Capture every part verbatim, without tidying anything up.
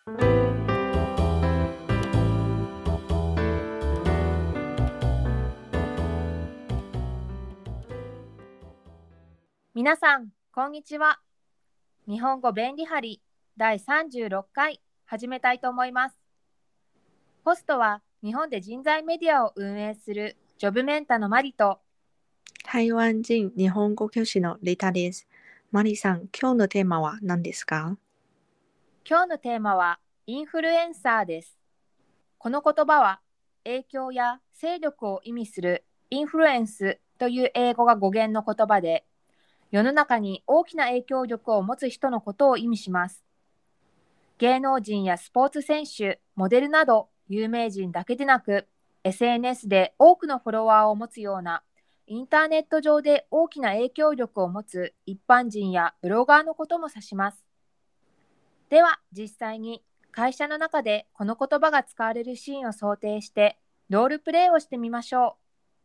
皆さん、こんにちは。日本語便利貼りだいさんじゅうろっかい始めたいと思います。ホストは日本で人材メディアを運営するジョブメンタのマリと台湾人日本語教師のリタです。マリさん、今日のテーマは何ですか？ 今日のテーマはインフルエンサーです。この言葉は影響や勢力を意味するインフルエンスという英語が語源の言葉で、世の中に大きな影響力を持つ人のことを意味します。芸能人やスポーツ選手、モデルなど有名人だけでなく、エスエヌエス で多くのフォロワーを持つような、インターネット上で大きな影響力を持つ一般人やブロガーのことも指します。では、実際に会社の中でこの言葉が使われるシーンを想定して、ロールプレイをしてみましょう。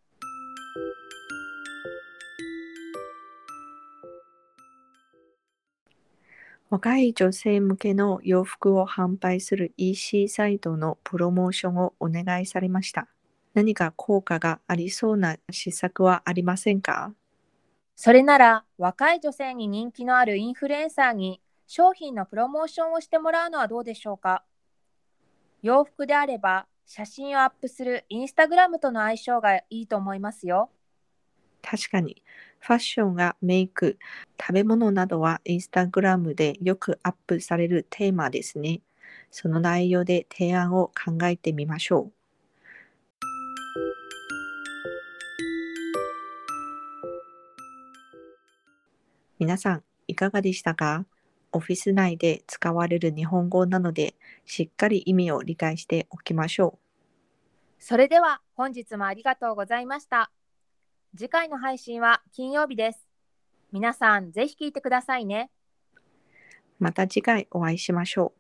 若い女性向けの洋服を販売する イーシー サイトのプロモーションをお願いされました。何か効果がありそうな施策はありませんか？ それなら、若い女性に人気のあるインフルエンサーに商品のプロモーションをしてもらうのはどうでしょうか。洋服であれば、写真をアップするインスタグラムとの相性がいいと思いますよ。 確かに、ファッションやメイク、食べ物などはインスタグラムでよくアップされるテーマですね。その内容で提案を考えてみましょう。皆さん、いかがでしたか？オフィス内で使われる日本語なので、しっかり意味を理解しておきましょそれでは本日もありがとうございました。次回の配信は金曜日です。皆さんぜひ聞いてくださいね。 う。また次回お会いしましょう。